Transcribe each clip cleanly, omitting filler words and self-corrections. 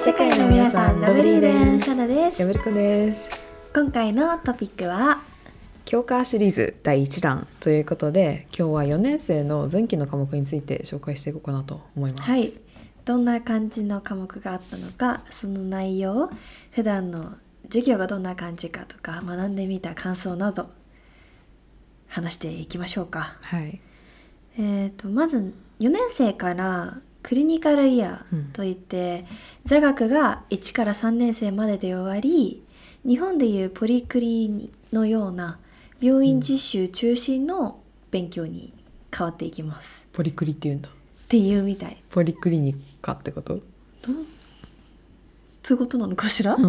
世界の皆さん、ラブリーデンハナです。 やぶりこです。 今回のトピックは教科シリーズ第1弾ということで、今日は4年生の前期の科目について紹介していこうかなと思います。 はい、どんな感じの科目があったのか、その内容、普段の授業がどんな感じかとか、学んでみた感想など話していきましょうか。 はい。 まず4年生からクリニカルイヤーといって、座学が1から3年生までで終わり、日本でいうポリクリのような病院実習中心の勉強に変わっていきます。 ポリクリって言うんだ。 っていうみたい。 ポリクリニカってこと？ そういうことなのかしら、 うんうんうん、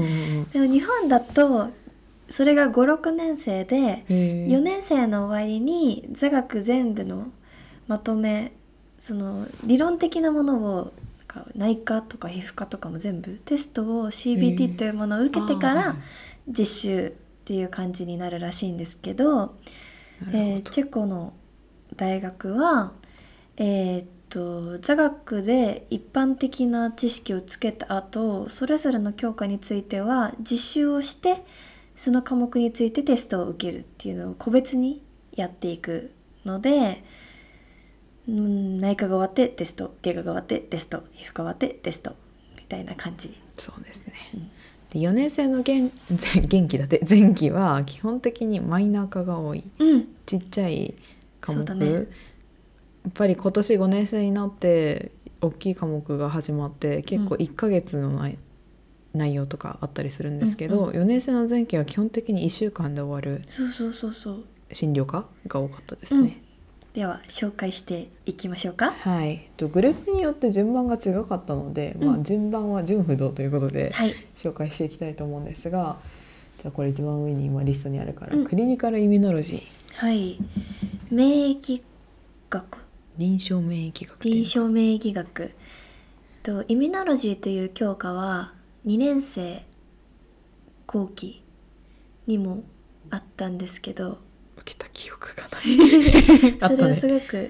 でも日本だとそれが5、6年生で、4年生の終わりに座学全部のまとめ、その理論的なものを内科とか皮膚科とかも全部テストを CBT というものを受けてから実習っていう感じになるらしいんですけど、チェコの大学は、座学で一般的な知識をつけた後、それぞれの教科については実習をしてその科目についてテストを受けるっていうのを個別にやっていくので、内科が終わってテスト、外科が終わってテスト、皮膚科が終わってテストみたいな感じ。 そうですね、で4年生の前期は基本的にマイナー科が多い、ちっちゃい科目、ね、やっぱり今年5年生になって大きい科目が始まって結構1ヶ月の内容とかあったりするんですけど、4年生の前期は基本的に1週間で終わる診療科が多かったですね。 では紹介していきましょうか。 はい、グループによって順番が違かったので、順番は順不同ということで紹介していきたいと思うんですが、じゃあこれ一番上に今リストにあるから、クリニカルイミノロジー、 はい、免疫学、 臨床免疫学とイミノロジーという教科は2年生後期にもあったんですけど、 受けた記憶がないそれはすごく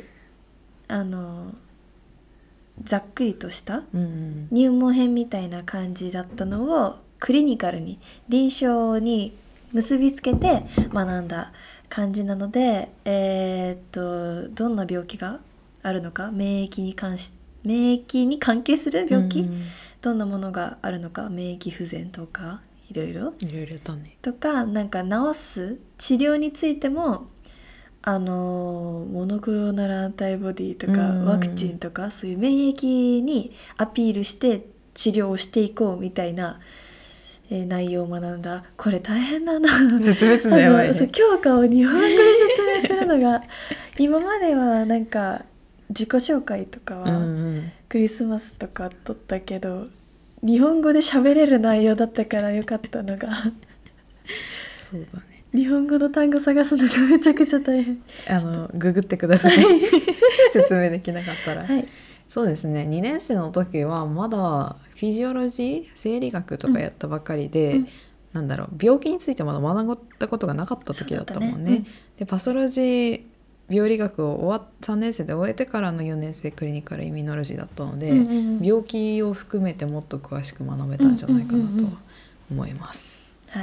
ざっくりとした入門編みたいな感じだったのをクリニカルに臨床に結びつけて学んだ感じなので、どんな病気があるのか、免疫に関係する病気、どんなものがあるのか、免疫不全とかいろいろだね、 とか、なんか治す治療についてもモノクローナルアンタイボディとか、ワクチンとかそういう免疫にアピールして治療をしていこうみたいな、内容を学んだ。これ大変だな説明するのやばいね。 教科を日本語で説明するのが今まではなんか自己紹介とかはクリスマスとか撮ったけど、日本語で喋れる内容だったからよかったのがそうだね、 日本語の単語探すのがめちゃくちゃ大変。 ググってください説明できなかったら、はい、そうですね、2年生の時はまだフィジオロジー、生理学とかやったばかりで、病気についてまだ学んだことがなかった時だったもんね。でパソロジー、病理学を3年生で終えてからの4年生クリニカルイミノロジーだったので、病気を含めてもっと詳しく学べたんじゃないかなと思います。 はい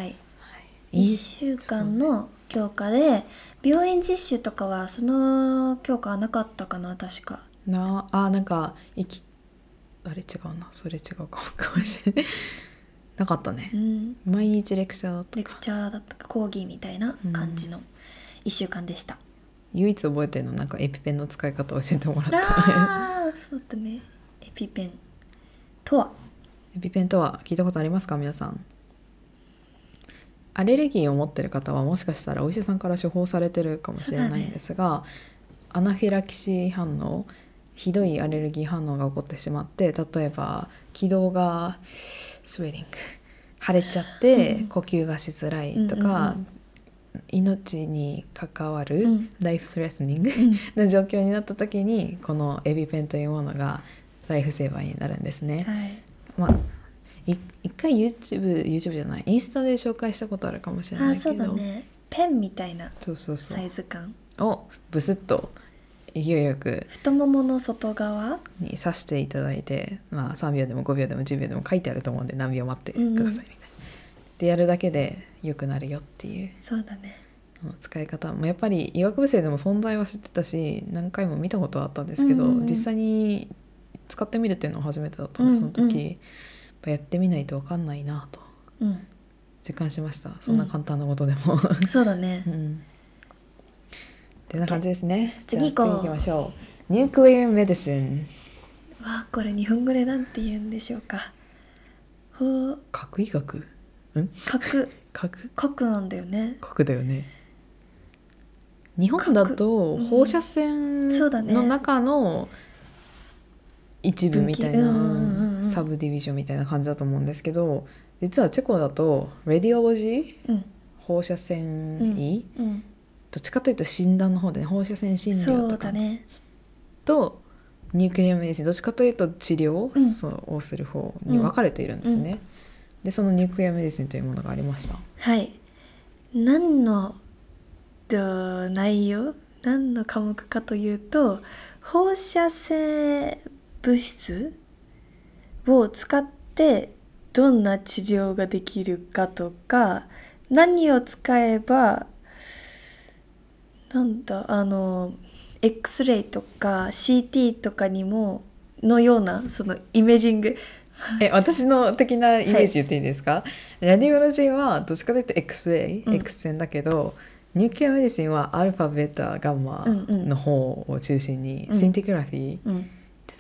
、1週間の教科で病院実習とかはその教科はなかったかな、確か。 なんかあれ違うな、それ違うかもしれないなかったね、毎日レクチャーだったか講義みたいな感じの1週間でした。 唯一覚えてるのなんかエピペンの使い方を教えてもらったそうだね。エピペンとは聞いたことありますか皆さん。アレルギーを持ってる方はもしかしたらお医者さんから処方されてるかもしれないんですが、アナフィラキシー反応、ひどいアレルギー反応が起こってしまって、例えば気道がスウェリング、腫れちゃって呼吸がしづらいとか、命に関わるライフストレスニングな状況になった時に、このエビペンというものがライフセーバーになるんですね。一回 YouTube じゃない、インスタで紹介したことあるかもしれないけど、 そうだね、ペンみたいなサイズ感をブスッと勢いよく太ももの外側に刺していただいて、まあ、3秒でも5秒でも10秒でも書いてあると思うんで何秒待ってくださいみたいな、でやるだけで良くなるよっていう。 そうだね。 使い方もやっぱり医学部生でも存在は知ってたし何回も見たことはあったんですけど、実際に使ってみるっていうのは初めてだったので、その時、やっぱやってみないと分かんないなと実感しました。そんな簡単なことでも、 そうだね。 ってな感じですね。 次行きましょう。ニュークリアメディシン。 わあ、これ日本語でなんて言うんでしょうか。 核医学？ 核なんだよね。 核だよね。日本だと放射線の中の一部みたいな、サブディビジョンみたいな感じだと思うんですけど、実はチェコだとレディオロジー、放射線医、どっちかというと診断の方で、ね、放射線診療とかとニュークリアメディシン、どっちかというと治療をする方に分かれているんですね。でそのニュークリアメディシンというものがありました。 はい。何の内容、何の科目かというと、放射性物質を使ってどんな治療ができるかとか、何を使えばX レイとか CT とかにものようなそのイメージング私の的なイメージ言っていいですか？ラディオロジーはどっちかというと X レイ、X 線だけど、ニュークリアメディシンはアルファベータガンマの方を中心に、シンティグラフィーってなんだ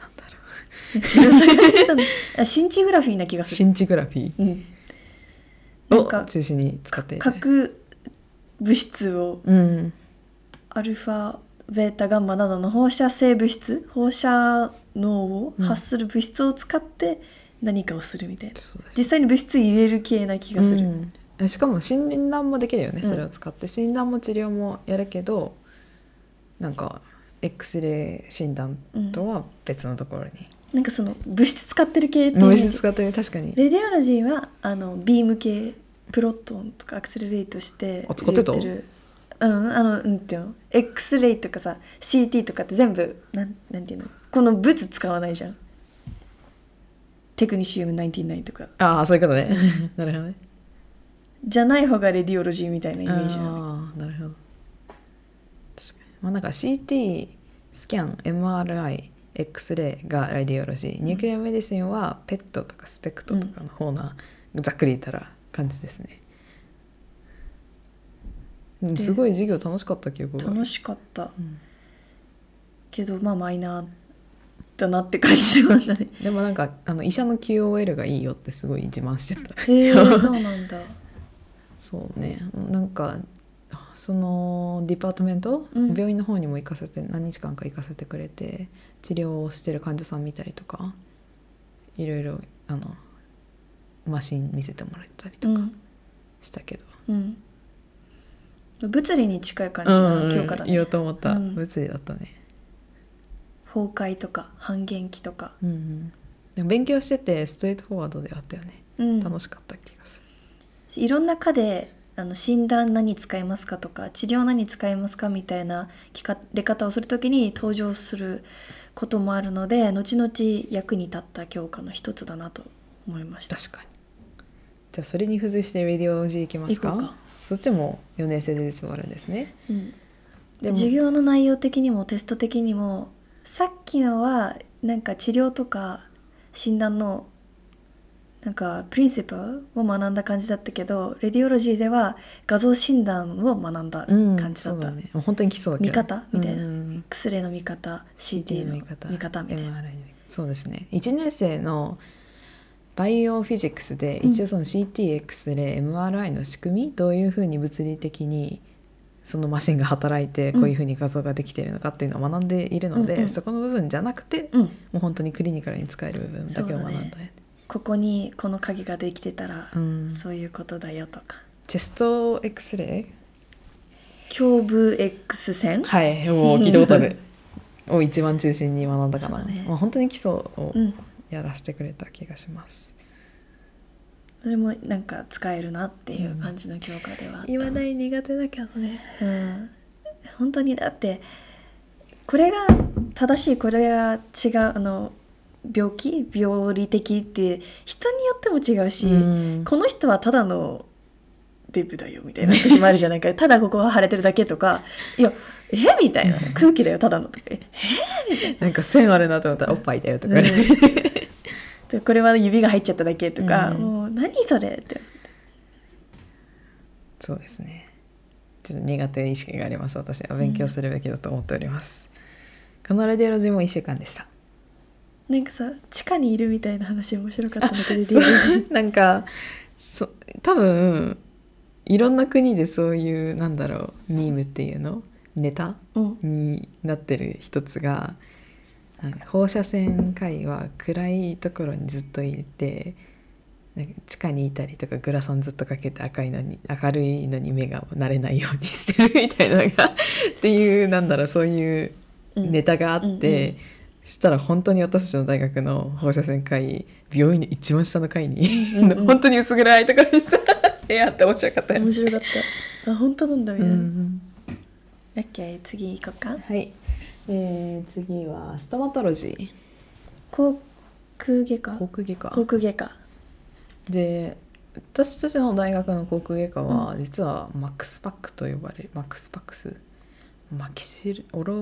ろうシンチグラフィーな気がする。 シンチグラフィーを中心に使っていて、 核物質を、アルファベータガンマなどの放射性物質、放射能を発する物質を使って何かをするみたいな、実際に物質入れる系な気がする。 しかも診断もできるよね、それを使って診断も治療もやるけど、なんか X レイ診断とは別のところに、 なんかその物質使ってる系って物質使ってる、確かに。 レディオロジーはビーム系、プロトンとかアクセレレートして入れてる。っていうの X レイとかさ CT とかって全部なんていうの、この物使わないじゃん。テクニシウム99とか。 ああ、そういうことね。なるほどね。 じゃない方がレディオロジーみたいなイメージなの。なるほど。確かに。まあなんか CT スキャン、MRI、X レイがレディオロジー、ニュークリアメディシンはペットとかスペクトとかの方な、ざっくり言ったら感じですね。すごい授業楽しかった記憶が。 楽しかった、けどまあマイナーだなって感じではない。 でもなんか医者の QOL がいいよってすごい自慢してた。 そうなんだ。 そうね、なんかそのディパートメント、病院の方にも行かせて、何日間か行かせてくれて、治療をしてる患者さん見たりとか、いろいろマシン見せてもらったりとかしたけど、 物理に近い感じの教科だね。 言おうと思った、物理だったね。 崩壊とか半減期とか、 でも勉強しててストレートフォワードであったよね、楽しかった気がする。いろんな科で診断何使いますかとか治療何使いますかみたいな聞かれ方をするときに登場することもあるので、後々役に立った教科の一つだなと思いました。 確かに。じゃあそれに付随してレディオロジーいきますか。 行こうか。 そっちも4年生で実はあるんですね。 でも授業の内容的にもテスト的にも、さっきのはなんか治療とか診断のなんかプリンシパルを学んだ感じだったけど、レディオロジーでは画像診断を学んだ感じだった。 そうだね、本当に基礎だけど、 見方みたいな、X レイの見方、CT の見方みたいな。 そうですね。1年生のバイオフィジックスで一応その CT、X レイ、MRI の仕組み、どういうふうに物理的にそのマシンが働いてこういうふうに画像ができているのかっていうのを学んでいるので、そこの部分じゃなくて、もう本当にクリニカルに使える部分だけを学んだね。 ここにこの鍵ができてたら、そういうことだよとか。 チェスト X レイ、 胸部 X 線、 もう聞いたことあるを一番中心に学んだかな。本当に基礎をやらせてくれた気がします。 それもなんか使えるなっていう感じの教科ではあった。 言わない苦手だけどね。 本当にだってこれが正しい、これが違う、病理的って人によっても違うし、この人はただのデブだよみたいな時もあるじゃないかただここが腫れてるだけとか、いやみたいな、空気だよただのとか、みたいな、 なんか線あるなと思ったらおっぱいだよとか、 これは指が入っちゃっただけとか、もう何それって。 そうですね、ちょっと苦手意識があります。私は勉強するべきだと思っております。このラディオロジーも1週間でした。 なんかさ、地下にいるみたいな話面白かったんだけどなんか多分いろんな国でそういうなんだろう、ミームっていうのネタ、になってる一つが、放射線科医は暗いところにずっといて、なんか地下にいたりとかグラサンずっとかけて明るいのに目が慣れないようにしてるみたいなのがっていうなんだろう、そういうネタがあって、そしたら本当に私たちの大学の放射線科医、病院の一番下の階に、本当に薄暗いところにさ部屋って面白かったよ。 面白かった。あ、本当なんだみたいな。オッケー、次行こうか。 はい、次はストマトロジー、 口腔外科で、私たちの大学の口腔外科は実はマックスパックと呼ばれる、マキシ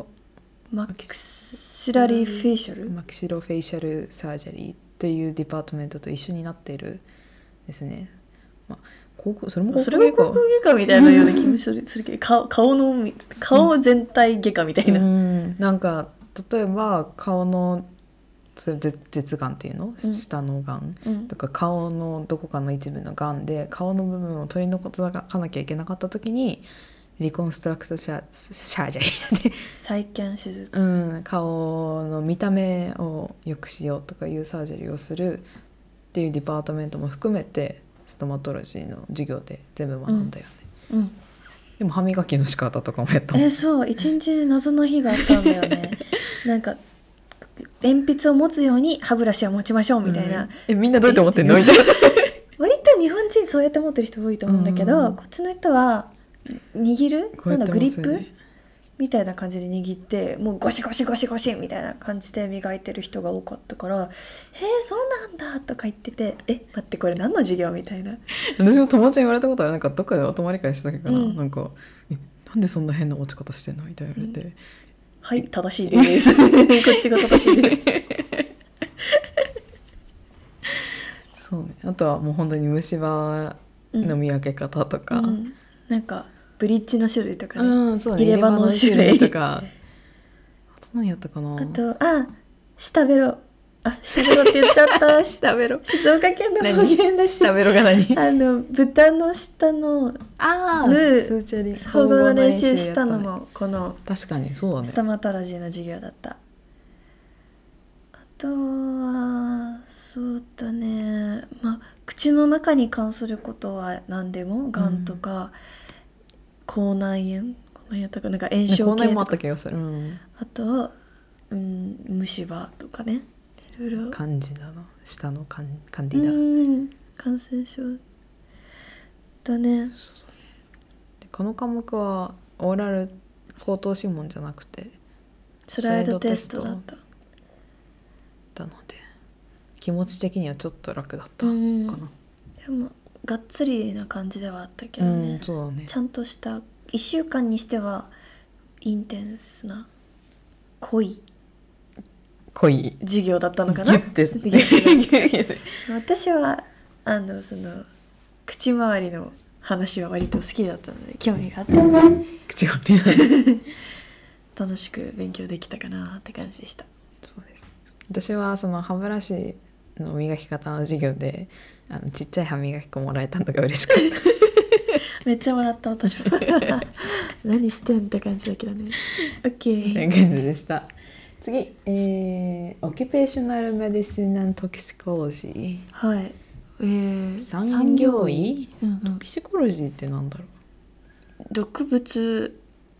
ラリフェイシャルサージャリーというディパートメントと一緒になっているですね。それも口腔外科みたいなような気もするけど、顔全体外科みたいな。 なんか例えば顔の舌がんっていうの、下のがんとか、顔のどこかの一部のがんで顔の部分を取り除かなきゃいけなかった時にリコンストラクトシャージャリーで再建手術、 顔の見た目を良くしようとかいうサージャリーをするっていうディパートメントも含めてストマトロジーの授業で全部学んだよね。でも歯磨きの仕方とかもやったもん。 そう、一日謎の日があったんだよねなんか鉛筆を持つように歯ブラシを持ちましょうみたいな、 みんなどうやって持ってんのみたいな割と日本人そうやって持ってる人多いと思うんだけど、こっちの人は握るなんだグリップみたいな感じで握って、もうゴシゴシゴシゴシみたいな感じで磨いてる人が多かったから、そうなんだとか言ってて、待ってこれ何の授業みたいな。 私も友達に言われたことある。なんかどっかでお泊まり会した時かな、なんかなんでそんな変な持ち方してんのみたいな言われて、 はい、正しいですこっちが正しいですそうね、あとはもう本当に虫歯の見分け方とか、 なんかブリッジの種類とかね、 入れ歯の種類とか、あと何やったかな、 あと舌ベロって言っちゃった舌ベロ、 静岡県の方言だし、 舌ベロが何豚の舌の保護の練習したのもこの確かにそうだね、 ストマトロジーの授業だった。あとはそうだね、口の中に関することは何でも、がんとか、口内炎とか、なんか炎症系とか、 口内炎もあった気がする、 あと虫歯とかね、いろいろカンジダの下のカンディダ、 感染症だね。 この科目はオーラル口頭諮問じゃなくてスライドテストだったので、気持ち的にはちょっと楽だったかな。 でもがっつりな感じではあったけどね、 そうだね、 ちゃんとした1週間にしてはインテンスな濃い授業だったのかな。私はその口周りの話は割と好きだったので興味があって口周りの話楽しく勉強できたかなって感じでした。 そうです。私はその歯ブラシの磨き方の授業でちっちゃい歯磨き粉もらえたのが嬉しかっためっちゃもらった私も何してんって感じだけどね。 OK という感じでした。次、オキペーショナルメディシン&トキシコロジー、 はい、 産業医、トキシコロジーってなんだろう、毒物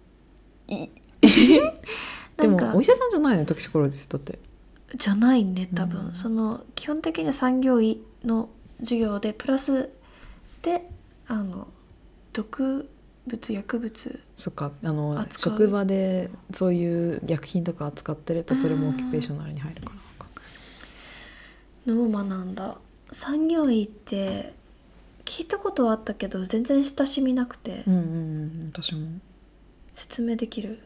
でもお医者さんじゃないのトキシコロジストってじゃないね多分、その基本的に産業医の授業でプラスで毒薬物そっか扱う職場でそういう薬品とか扱ってるとそれもオキュペーショナルに入るからのを学んだ。産業医って聞いたことはあったけど全然親しみなくて、 うんうんうん私も説明できる？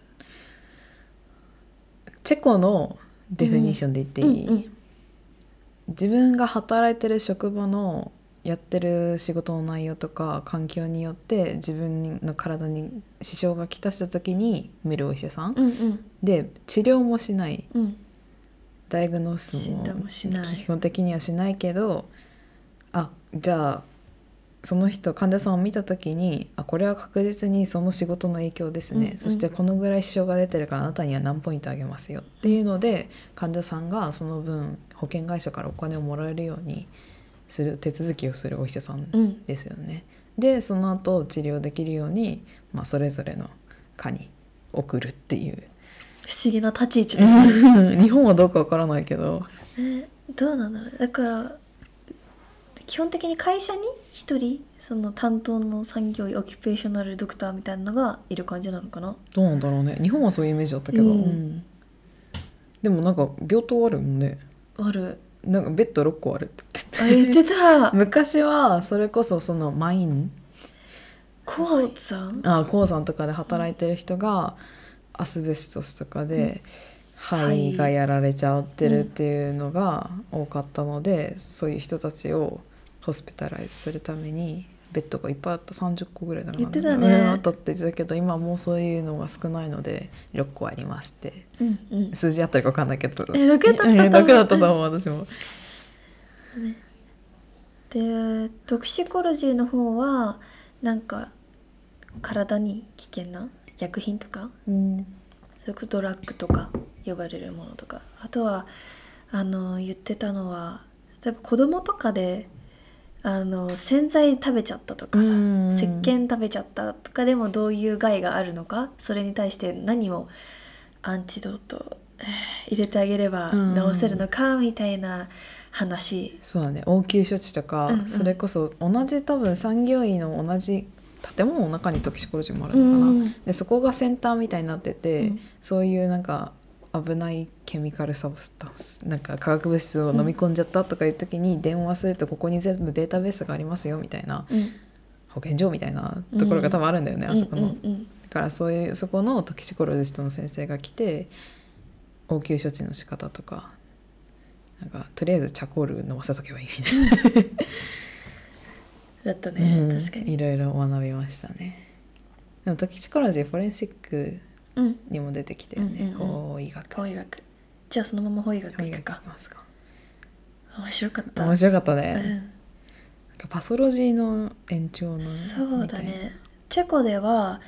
チェコのデフィニッションで言っていい、 うんうん自分が働いてる職場のやってる仕事の内容とか環境によって自分の体に支障がきたした時に見るお医者さん、 うんうんで治療もしない、 うんダイアグノース診断もしない基本的にはしないけど、じゃあその人患者さんを見た時にこれは確実にその仕事の影響ですね、 うんうんそしてこのぐらい支障が出てるからあなたには何ポイントあげますよっていうので、患者さんがその分保険会社からお金をもらえるようにする手続きをするお医者さんですよね、でその後治療できるように、それぞれの科に送るっていう不思議な立ち位置だね日本はどうかわからないけど、 どうなんだろう。だから基本的に会社に一人その担当の産業医オキュペーショナルドクターみたいなのがいる感じなのかな。 どうなんだろうね。日本はそういうイメージだったけど、でもなんか病棟あるもんね。 ある。 なんかベッド6個あるって言ってた昔はそれこそそのマイン鉱山鉱山とかで働いてる人がアスベストスとかで肺がやられちゃってるっていうのが多かったので、そういう人たちをホスピタライズするためにベッドがいっぱいあった。30個ぐらいだな、 言ってたね、 あったって言ってたけど、今はもうそういうのが少ないので6個ありますって、数字あったりか分かんないけど 6だったと思う 6だったと思う私も、 でトキシコロジーの方はなんか体に危険な薬品とか、それこそドラッグとか呼ばれるものとか、あとは言ってたのは例えば子供とかで洗剤食べちゃったとかさ、石鹸食べちゃったとかでもどういう害があるのか、それに対して何をアンチドート入れてあげれば治せるのかみたいな話、 そうだね、応急処置とか、それこそ同じ多分産業医の同じ建物の中にトキシコロジーもあるのかな、でそこがセンターみたいになってて、そういうなんか危ないケミカルサブスタンスなんか化学物質を飲み込んじゃったとかいう時に電話するとここに全部データベースがありますよみたいな、保健所みたいなところが多分あるんだよね、あそこの、だからそこのトキシコロジストの先生が来て応急処置の仕方とか、なんかとりあえずチャコール飲ませとけばいいみたいなだったね、確かにいろいろ学びましたね。でもトキシコロジーフォレンシックにも出てきてるね、法医学。 じゃあそのまま法医学いくか。面白かった。 面白かったね、なんかパソロジーの延長のそうだね。チェコでは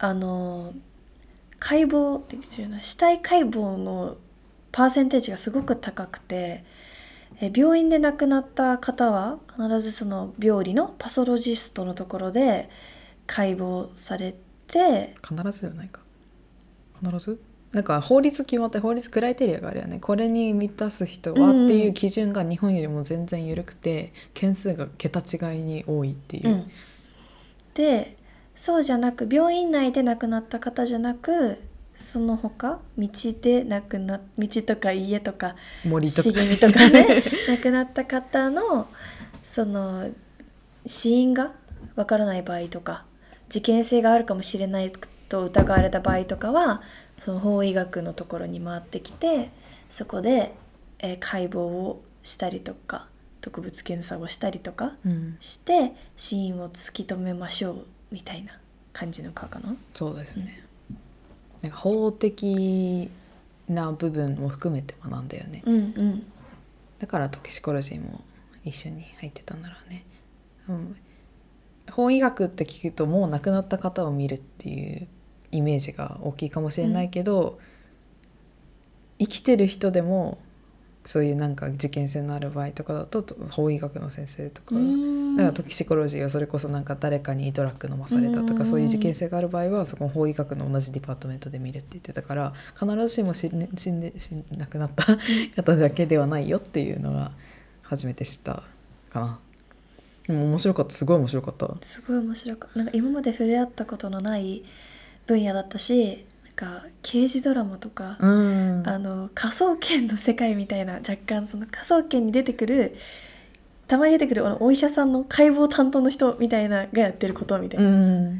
解剖っていうの死体解剖のパーセンテージがすごく高くて、病院で亡くなった方は必ずその病理のパソロジストのところで解剖されて、 必ずじゃないか、必ずなんか法律決まって法律クライテリアがあるよね。これに満たす人はっていう基準が日本よりも全然緩くて、件数が桁違いに多いっていう、 でそうじゃなく病院内で亡くなった方じゃなく、その他道で亡くな道とか家とか森とか茂みとかね亡くなった方のその死因がわからない場合とか、事件性があるかもしれないと疑われた場合とかはその法医学のところに回ってきて、そこで、解剖をしたりとか毒物検査をしたりとかして、死因を突き止めましょうみたいな感じの科かな。 そうですね、なんか法的な部分も含めて学んだよね、だからトキシコロジーも一緒に入ってたんだろうね、法医学って聞くともう亡くなった方を見るっていうイメージが大きいかもしれないけど、生きてる人でもそういうなんか事件性のある場合とかだと法医学の先生とかだからトキシコロジーはそれこそなんか誰かにドラッグ飲まされたとかそういう事件性がある場合はそこの法医学の同じディパートメントで見るって言ってたから、必ずしも死んで亡くなった方だけではないよっていうのが初めて知ったかな。 でも面白かった、すごい面白かった。 すごい面白かった。なんか今まで触れ合ったことのない分野だったし、なんか刑事ドラマとか、 うん、 科捜研の世界みたいな、若干その科捜研に出てくる、たまに出てくるお医者さんの解剖担当の人みたいながやってることみたいな、 うん、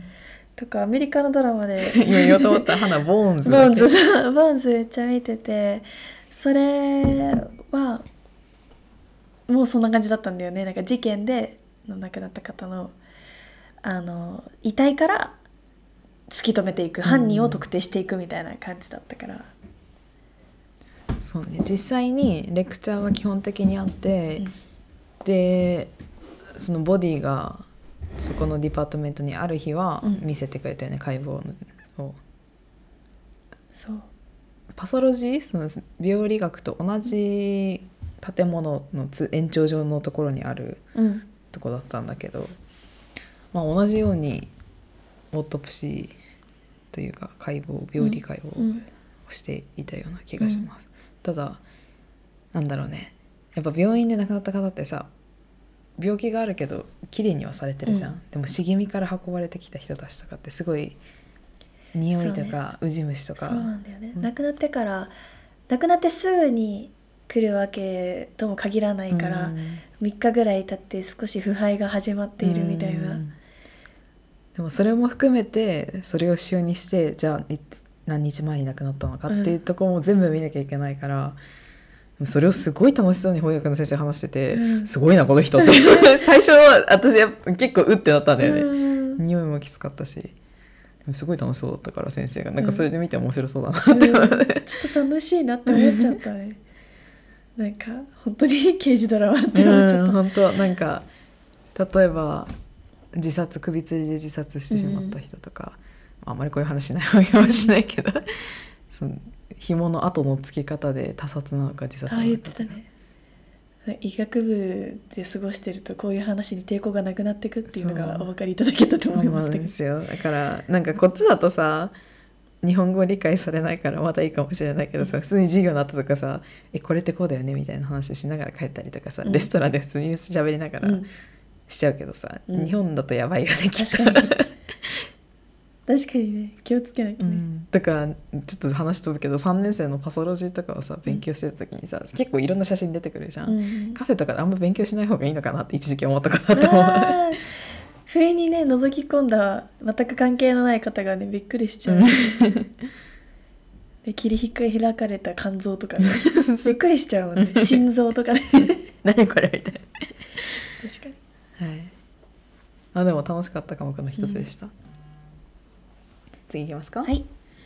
とかアメリカのドラマで今言おうと思った花ボーンズボーンだっけ。 ズボーンズめっちゃ見てて、それはもうそんな感じだったんだよね。なんか事件で亡くなった方の遺体から突き止めていく、犯人を特定していくみたいな感じだったから、 そうね、実際にレクチャーは基本的にあって、でそのボディがそこのディパートメントにある日は見せてくれたよね、解剖を。 そう、 パソロジー、その病理学と同じ建物の延長上のところにあるとこだったんだけど、まあ、同じようにオートプシーというか解剖、病理解剖をしていたような気がします、ただなんだろうね、やっぱ病院で亡くなった方ってさ、病気があるけど綺麗にはされてるじゃん、でも茂みから運ばれてきた人たちとかってすごい匂いとか、ウジ虫とか。 そうなんだよね、亡くなってすぐに来るわけとも限らないから、3日ぐらい経って少し腐敗が始まっているみたいな、 でもそれも含めてそれを主にして、じゃあ何日前に亡くなったのかっていうところも全部見なきゃいけないから、それをすごい楽しそうに翻訳の先生話してて、すごいなこの人って最初は私結構うってなったんだよね、匂いもきつかったし、すごい楽しそうだったから先生がなんかそれで見て面白そうだなって思って、 ちょっと楽しいなって思っちゃったねなんか本当に刑事ドラマって思っちゃった、 本当なんか例えば首吊りで自殺してしまった人とか、あんまりこういう話しない方がいいかもしれないけどその紐の後のつき方で他殺なのか自殺なのか、 言ってたね。医学部で過ごしてるとこういう話に抵抗がなくなっていくっていうのがお分かりいただけたと思います。 ですよ。だからなんかこっちだとさ、日本語理解されないからまたいいかもしれないけどさ、普通に授業の後とかさ、これってこうだよねみたいな話しながら帰ったりとかさ、レストランで普通に喋りながらしちゃうけどさ、日本だとやばいよねきっと。 確かにね、気をつけなきゃね、 とかちょっと話飛ぶけど、3年生のパソロジーとかをさ勉強してた時にさ、結構いろんな写真出てくるじゃん、カフェとかであんま勉強しない方がいいのかなって一時期思ったかなと思う。 不意にね覗き込んだ全く関係のない方がねびっくりしちゃう、で切り開かれた肝臓とかねびっくりしちゃうもんね心臓とかね何これみたいな。 確かに、はい、でも楽しかった科目の一つでした、次いきますか。 はい、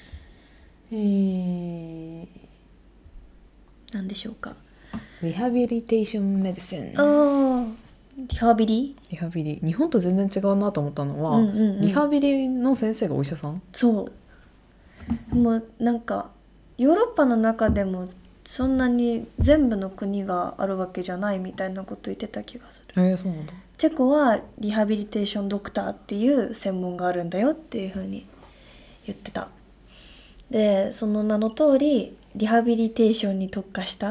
何でしょうか。 リハビリテーションメディシン。 リハビリ日本と全然違うなと思ったのは、リハビリの先生がお医者さん。 そうもうなんかヨーロッパの中でもそんなに全部の国があるわけじゃないみたいなこと言ってた気がする。 そうなんだ。 チェコはリハビリテーションドクターっていう専門があるんだよっていう風に言ってた。でその名の通りリハビリテーションに特化した、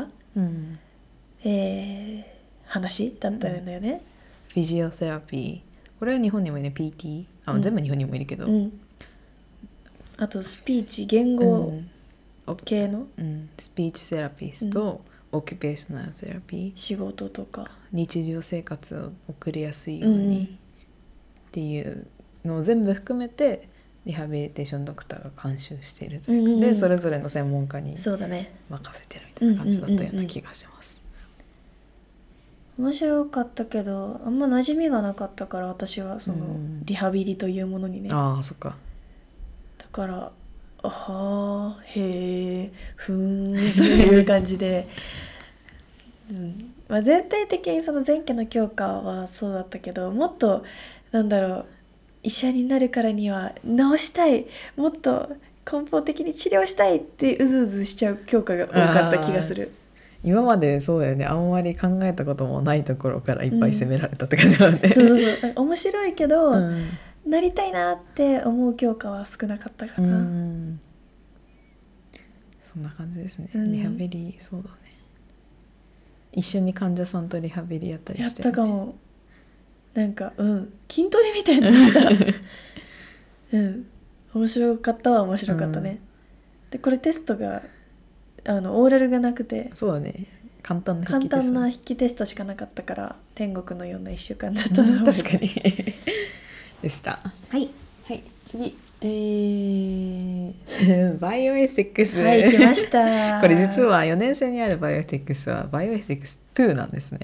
話だったんだよね、 フィジオセラピー、これは日本にもいる PT、全部日本にもいるけど、 あとスピーチ言語系の、 スピーチセラピスト、オキュペーショナルセラピー、 仕事とか日常生活を送りやすいようにっていうのを全部含めてリハビリテーションドクターが監修しているというか、でそれぞれの専門家に任せてるみたいな感じだったような気がします。 面白かったけどあんま馴染みがなかったから、私はそのリハビリというものにね。 そっか。 だからへえふーんという感じで、全体的にその前期の教科はそうだったけど、もっとなんだろう、医者になるからには治したい、もっと根本的に治療したいってうずうずしちゃう教科が多かった気がする。 今までそうだよね、あんまり考えたこともないところからいっぱい責められたって感じなんで、 そう面白いけど、なりたいなって思う教科は少なかったかな。 そんな感じですね、リハビリ。そうだね、一緒に患者さんとリハビリやったりして、 やったかも。 なんか筋トレみたいなのした面白かったは面白かったね、でこれテストがオーラルがなくて、 そうだね、簡単な筆記テストしかなかったから天国のような1週間だったの確かにでした。 はい、 はい、次バイオエシックス、 はい来ましたこれ実は4年生にあるバイオエシックスはバイオエシックス2なんですね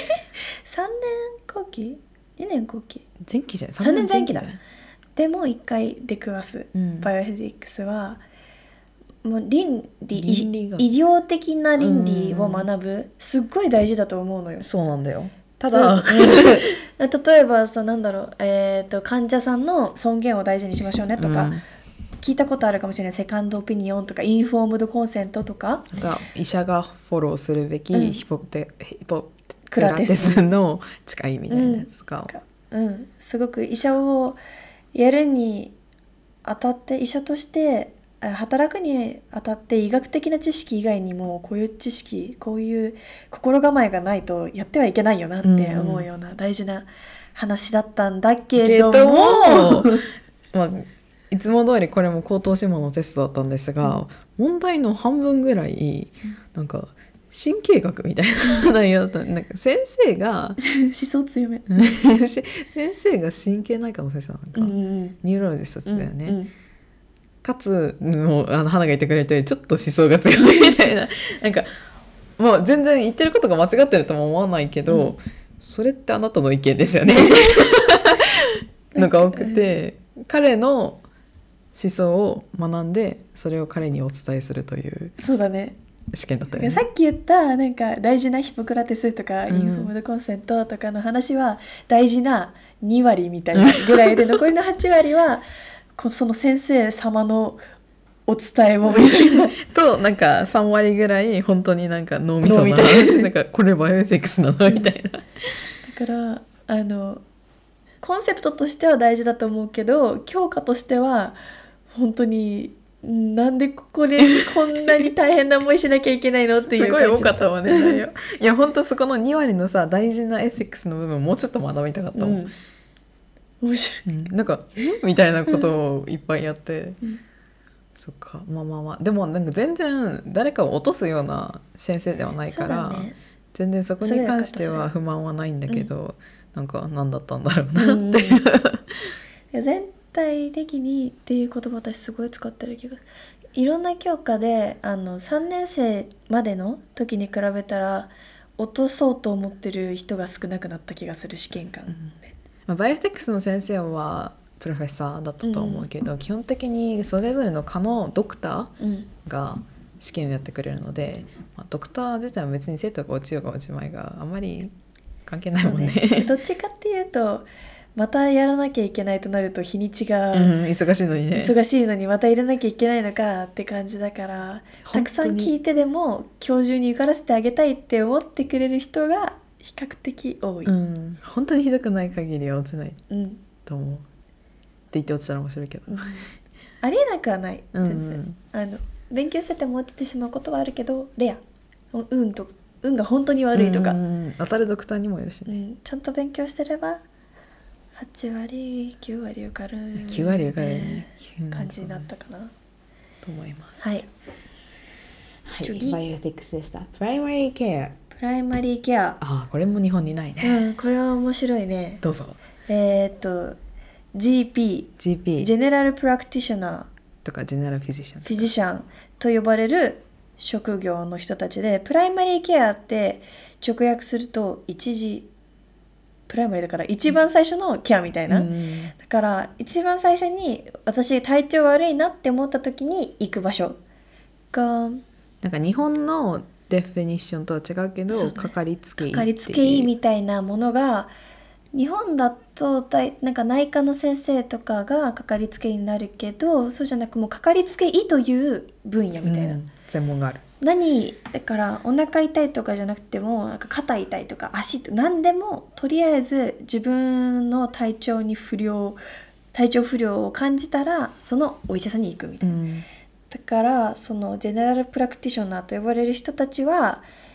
3年後期2年後期前期じゃない 3年前期だ。でも1回出くわす、バイオエシックスはもう倫理医療的な倫理を学ぶ、すっごい大事だと思うのよ。 そうなんだよ。ただ例えばさ、なんだろう、患者さんの尊厳を大事にしましょうねとか、聞いたことあるかもしれないセカンドオピニオンとかインフォームドコンセントとか、 医者がフォローするべきヒポクラテスの誓いみたいなやつが、 すごく医者をやるにあたって、医者として働くにあたって医学的な知識以外にもこういう知識、こういう心構えがないとやってはいけないよなって思うような大事な話だったんだけども、 まあ、いつも通りこれも口頭諮問のテストだったんですが、問題の半分ぐらいなんか神経学みたいな内容だった。なんか先生が思想強め先生が神経内科の先生なんか、ニューロロジストだよね、かつもう花が言ってくれてちょっと思想が強いみたいななんかもう全然言ってることが間違ってるとも思わないけど、それってあなたの意見ですよねのが多くて、彼の思想を学んでそれを彼にお伝えするという、 そうだね、 試験だったよね。 さっき言ったなんか大事なヒポクラテスとかインフォームドコンセントとかの話は大事な2割みたいなぐらいで残りの8割はその先生様のお伝えもみたいなとなんか3割ぐらい本当になんか脳みその話なんかこれバイオエセックスなのみたいな、 だからコンセプトとしては大事だと思うけど、教科としては本当になんでこれこんなに大変な思いしなきゃいけないのっていう感じすごい多かったもんねいや本当そこの2割のさ大事なエセックスの部分もうちょっと学びたかったもん、 面白い、 なんかみたいなことをいっぱいやって、そっか、まあでもなんか全然誰かを落とすような先生ではないから、全然そこに関しては不満はないんだけど、なんか何だったんだろうなって、 全体的にっていう言葉私すごい使ってる気がする。いろんな教科で3年生までの時に比べたら落とそうと思ってる人が少なくなった気がする、試験官で、 バイオテックスの先生はプロフェッサーだったと思うけど、基本的にそれぞれの科のドクターが試験をやってくれるので、ドクター自体は別に生徒が落ちようが落ちまいがあんまり関係ないもんね。 どっちかっていうとまたやらなきゃいけないとなると日にちが、 忙しいのにね、 忙しいのにまた入れなきゃいけないのかって感じだから、たくさん聞いてでも今日中に受からせてあげたいって思ってくれる人が比較的多い、 本当にひどくない限りは落ちないと思う、って言って落ちたら面白いけど、 ありえなくはない全然、勉強してても落ちてしまうことはあるけどレア、運が本当に悪いとか、 当たるドクターにもよるしね、 ちゃんと勉強してれば8割9割受かる 9割受かるね感じになったかなと思います。 はい、 次バイオテックスでした。プライマリーケア。 プライマリーケア、 これも日本にないね、 これは面白いね。 どうぞ。 GP ジェネラルプラクティショナーとかジェネラルフィジシャンと呼ばれる職業の人たちで、プライマリーケアって直訳すると一時プライマリーだから一番最初のケアみたいな、だから一番最初に私体調悪いなって思った時に行く場所が、なんか日本のデフィニッションとは違うけど、かかりつけ医みたいなものが日本だとなんか内科の先生とかがかかりつけ医になるけど、そうじゃなくもうかかりつけ医という分野みたいな、 専門がある。 だからお腹痛いとかじゃなくてもなんか肩痛いとか足と何でもとりあえず自分の体調不良を感じたらそのお医者さんに行くみたいな、だからそのジェネラルプラクティショナーと呼ばれる人たちは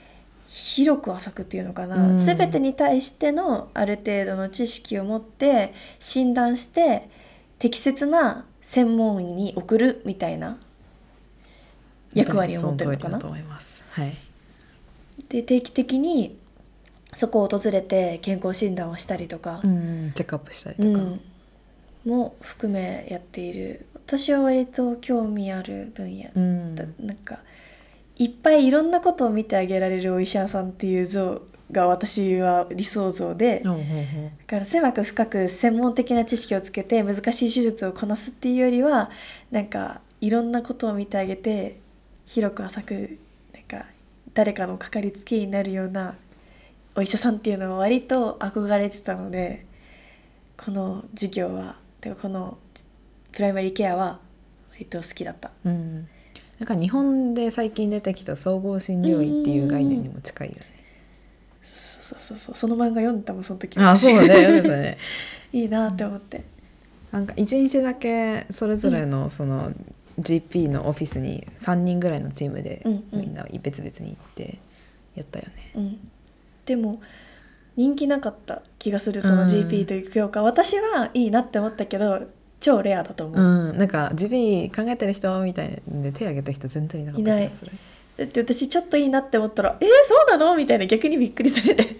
広く浅くっていうのかな、全てに対してのある程度の知識を持って診断して適切な専門医に送るみたいな役割を持ってるのかな。 その通りだと思います。はい。 で定期的にそこを訪れて健康診断をしたりとか、 チェックアップしたりとか、 も含めやっている。私は割と興味ある分野、なんかいっぱいいろんなことを見てあげられるお医者さんっていう像が私は理想像で、だから狭く深く専門的な知識をつけて難しい手術をこなすっていうよりは、なんかいろんなことを見てあげて広く浅く、なんか誰かのかかりつけ医になるようなお医者さんっていうのは割と憧れてたので、この授業はてかこのプライマリーケアは割と好きだった。 なんか日本で最近出てきた総合診療医っていう概念にも近いよね。 そうその漫画読んだもんその時は。 あ、そうだね、読んでたね。 いいなって思って、 なんか1日だけそれぞれのその GP のオフィスに3人ぐらいのチームでみんな別々に行ってやったよね。 でも人気なかった気がする、その GP という教科、私はいいなって思ったけど超レアだと思う。 なんか GP 考えてる人みたいで手挙げた人全然いなかった気がする。 だって私ちょっといいなって思ったらそうなのみたいな、逆にびっくりされて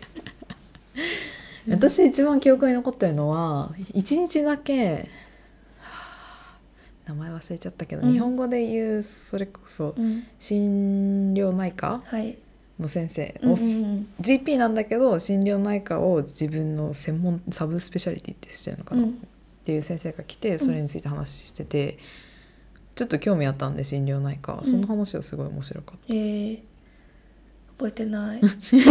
私一番記憶に残ってるのは1日だけ名前忘れちゃったけど、日本語で言うそれこそ心療内科の先生、GP なんだけど心療内科を自分の専門サブスペシャリティってしてるのかな、っていう先生が来てそれについて話してて、ちょっと興味あったんで心療内科、その話はすごい面白かった。 覚えてない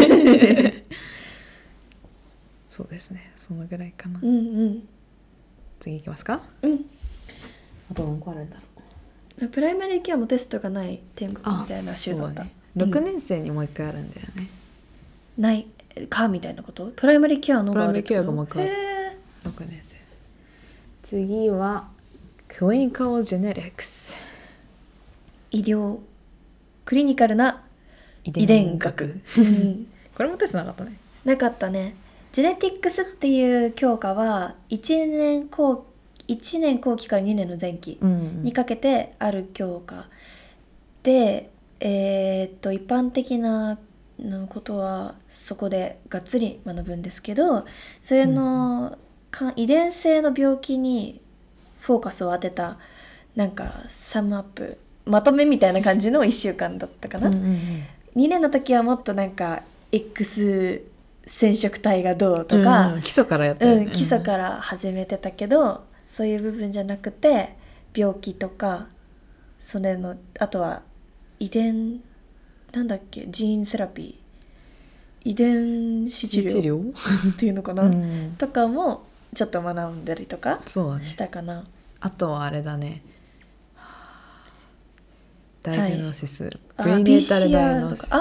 そうですね、そのぐらいかな。次いきますか。あと何個あるんだろう。プライマリーケアもテストがない天国みたいな週だった。 6年生にもう一回あるんだよね。 ないかみたいなこと。プライマリーケアのプライマリーケアがもう一回6年生。次はクリニカルジェネティクス、 医療クリニカルな遺伝学これもテストなかったね。 なかったね。ジェネティックスっていう教科は1年後期から2年の前期にかけてある教科で、一般的なことはそこでがっつり学ぶんですけど、それの、遺伝性の病気にフォーカスを当てたなんかサムアップまとめみたいな感じの1週間だったかな。2年の時はもっとなんか X 染色体がどうとか、 基礎からやったよね。 基礎から始めてたけど、そういう部分じゃなくて病気とかそれのあとは遺伝なんだっけジーンセラピー遺伝子治療っていうのかな、とかもちょっと学んだりとかしたかな。 あとはあれだね、ダイグノーシス、 プレネータルダイグノーシス。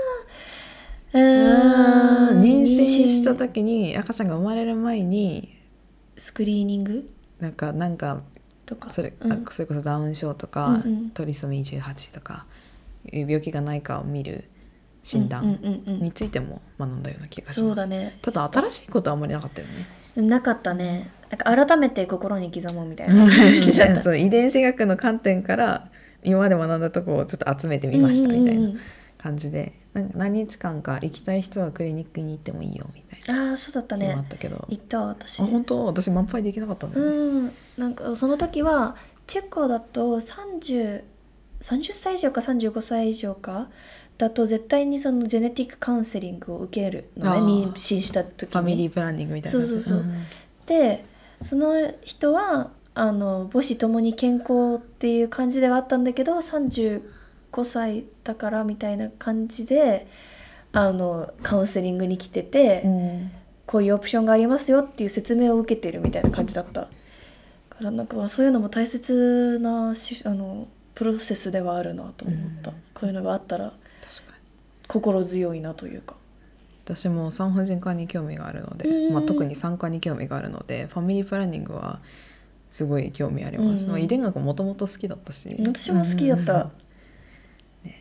妊娠した時に赤ちゃんが生まれる前にスクリーニングなんかとかそれこそダウン症とか、トリソミー18とか病気がないかを見る診断についても学んだような気がします。 そうだね。 ただ新しいことはあんまりなかったよね。 なかったね。なんか改めて心に刻もうみたいな感じだったそう遺伝子学の観点から今まで学んだところをちょっと集めてみましたみたいな感じで、なんか何日間か行きたい人はクリニックに行ってもいいよみたいな。 そうだったね。 あったけど行った私。 本当私満杯で行けなかったんだよね。 なんかその時はチェコだと30歳以上か35歳以上かだと絶対にそのジェネティックカウンセリングを受けるのね、妊娠した時に。 ファミリープランニングみたいな。 そうでその人は母子ともに健康っていう感じではあったんだけど35歳だからみたいな感じでカウンセリングに来てて、こういうオプションがありますよっていう説明を受けてるみたいな感じだったからなんかそういうのも大切なプロセスではあるなと思った、こういうのがあったら心強いなというか。 私も産婦人科に興味があるので、特に産科に興味があるのでファミリープランニングはすごい興味あります、遺伝学もともと好きだったし。 私も好きだった、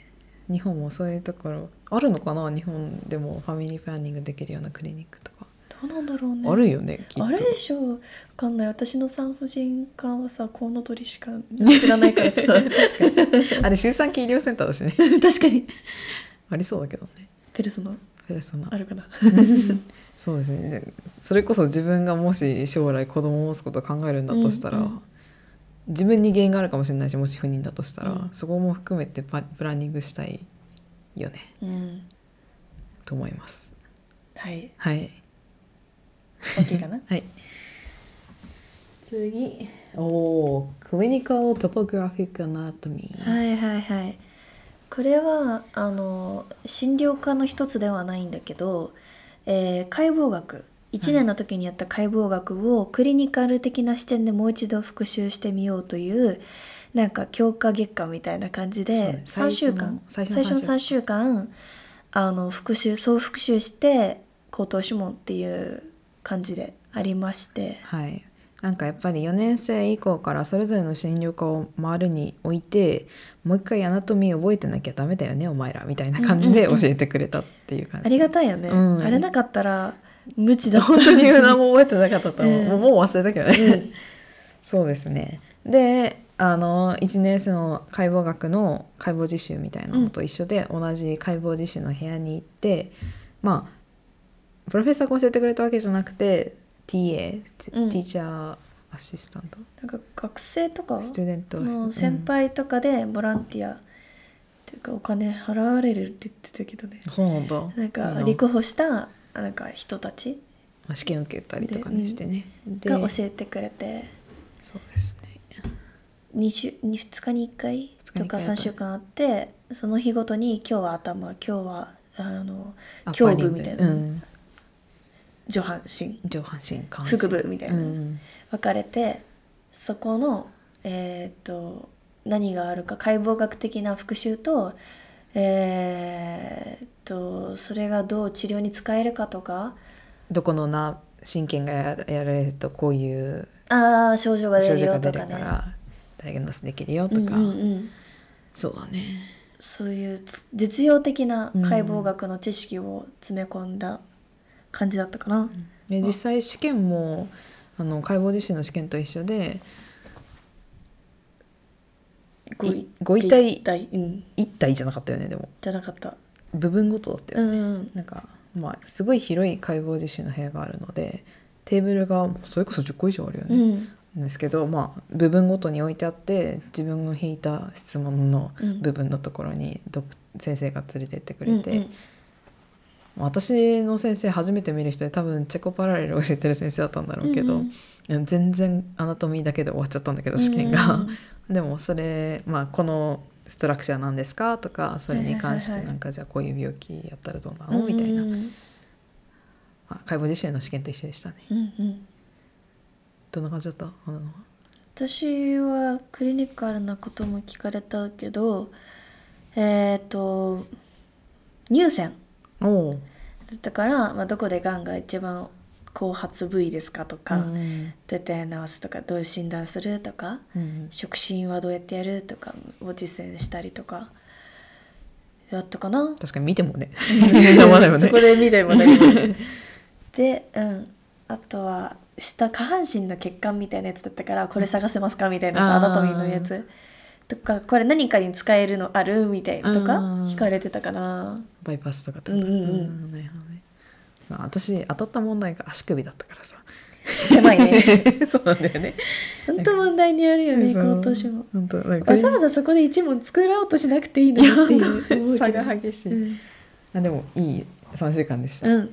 日本もそういうところあるのかな。日本でもファミリープランニングできるようなクリニックとかどうなんだろうね。 あるよね、きっと。 あれでしょう。わかんない。私の産婦人科はさ、コウノトリしか知らないからさ。確かに。 あれ周産期医療センターだしね。 確かに。 ありそうだけどね。 ペルソナペルソナあるかな。 そうですね。でそれこそ自分がもし将来子供を持つことを考えるんだとしたら、 うんうん、 自分に原因があるかもしれないし、もし不妊だとしたら、 うん、 そこも含めてプランニングしたいよね、 うん、 と思います。 はいはい。 OK かな。 はい。次、クリニカルトポグラフィックアナトミー。 はいはいはい。これは診療科の一つではないんだけど、解剖学1年の時にやった解剖学をクリニカル的な視点でもう一度復習してみようというなんか強化月間みたいな感じで3週間最初の3週間総復習して口頭諮問っていう感じでありまして、 はい、なんかやっぱり4年生以降からそれぞれの診療科を回るにおいてもう一回アナトミー覚えてなきゃダメだよねお前らみたいな感じで教えてくれたっていう感じ、 ありがたいよね、あれなかったら無知だった本当に何も覚えてなかったと思う、もう忘れたけどね、そうですね。で1年生の解剖学の解剖実習みたいなのと一緒で、同じ解剖実習の部屋に行ってまあプロフェッサーが教えてくれたわけじゃなくて TA、ティーチャーアシスタント、 なんか学生とかスチューデントの先輩とかでボランティアっていうかお金払われるって言ってたけどね。 そうなんだ。 なんか立候補したなんか人たち試験受けたりとかにしてね、 が教えてくれて、 そうですね、 2日に1回とか3週間あって、その日ごとに今日は頭、今日は胸部みたいな、上半身腹部みたいな、分かれて、そこの何があるか解剖学的な復習とそれがどう治療に使えるかとか、 どこの神経がやられるとこういう症状が出るよとかね、 ダイアグノスできるよとか、そうだね、 そういう実用的な解剖学の知識を詰め込んだ感じだったかな、 で実際試験も解剖実習の試験と一緒でご遺体1体じゃなかったよね。でもじゃなかった、 部分ごとだったよね、なんかまあすごい広い解剖実習の部屋があるのでテーブルがそれこそ10個以上あるよね、ですけど、まあ部分ごとに置いてあって自分の引いた質問の部分のところに先生が連れてってくれて、私の先生初めて見る人で多分チェコパラレルを教えてる先生だったんだろうけど、全然アナトミーだけで終わっちゃったんだけど試験が、でもそれ、まあ、このストラクチャーなんですかとかそれに関してなんかじゃあこういう病気やったらどうなのみたいな、まあ、解剖実習の試験と一緒でしたね、どんな感じだった？ 私はクリニカルなことも聞かれたけど乳腺だったから、まあ、どこでがんが一番後発部位ですかとか、どうやって治すとかどういう診断するとか、触診はどうやってやるとかを実践したりとかやったかな。 確かに見てもねそこで見てもねで、あとは下半身の血管みたいなやつだったからこれ探せますかみたいなさ、アナトミーのやつとか、これ何かに使えるのあるみたいなとか聞かれてたかな。 バイパスとかってこと、私当たった問題が足首だったからさ狭いねそうなんだよね、 本当問題によるよね、今年もわざわざそこで一問作ろうとしなくていいのよっていう差が激しい、でもいい3週間でした、はい。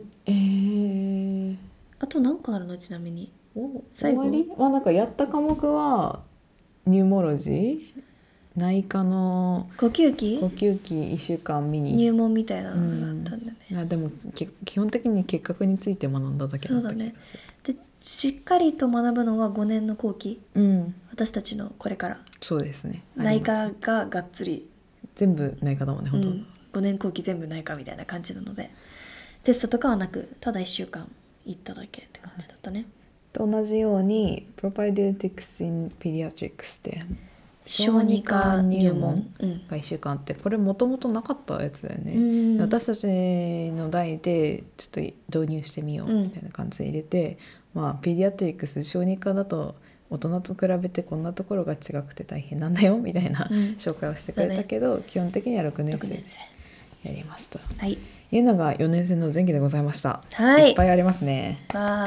あと何個あるの？ちなみに最後なんかやった科目はニューモロジー、内科の呼吸器 1週間見に入門みたいなのがあったんだね、 でも基本的に結核について学んだだけだった気がする。そうだね。 でしっかりと学ぶのは5年の後期、私たちのこれからそうですね、 内科ががっつり全部内科だもんね本当、 5年後期全部内科みたいな感じなのでテストとかはなくただ1週間行っただけって感じだったね。 と同じように Propaedetics in Pediatrics って小児科入門が1週間あって、これもともとなかったやつだよね、 うん私たちの代でちょっと導入してみようみたいな感じで入れて、まあペディアトリックス小児科だと大人と比べてこんなところが違くて大変なんだよみたいな、紹介をしてくれたけど、基本的には6年生やりますと、 はい、 いうのが4年生の前期でございました、 はい、 いっぱいありますね。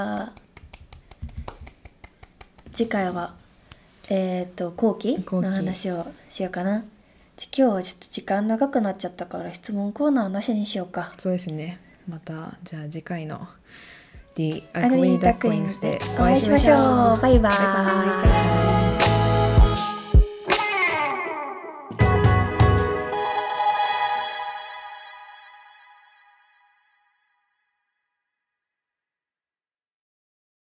次回は後期の話をしようかな。今日はちょっと時間長くなっちゃったから質問コーナーなしにしようか。 そうですね、またじゃあ次回の The Ugly Ducklings でお会いしましょう。 バイバイ。 バイバイ。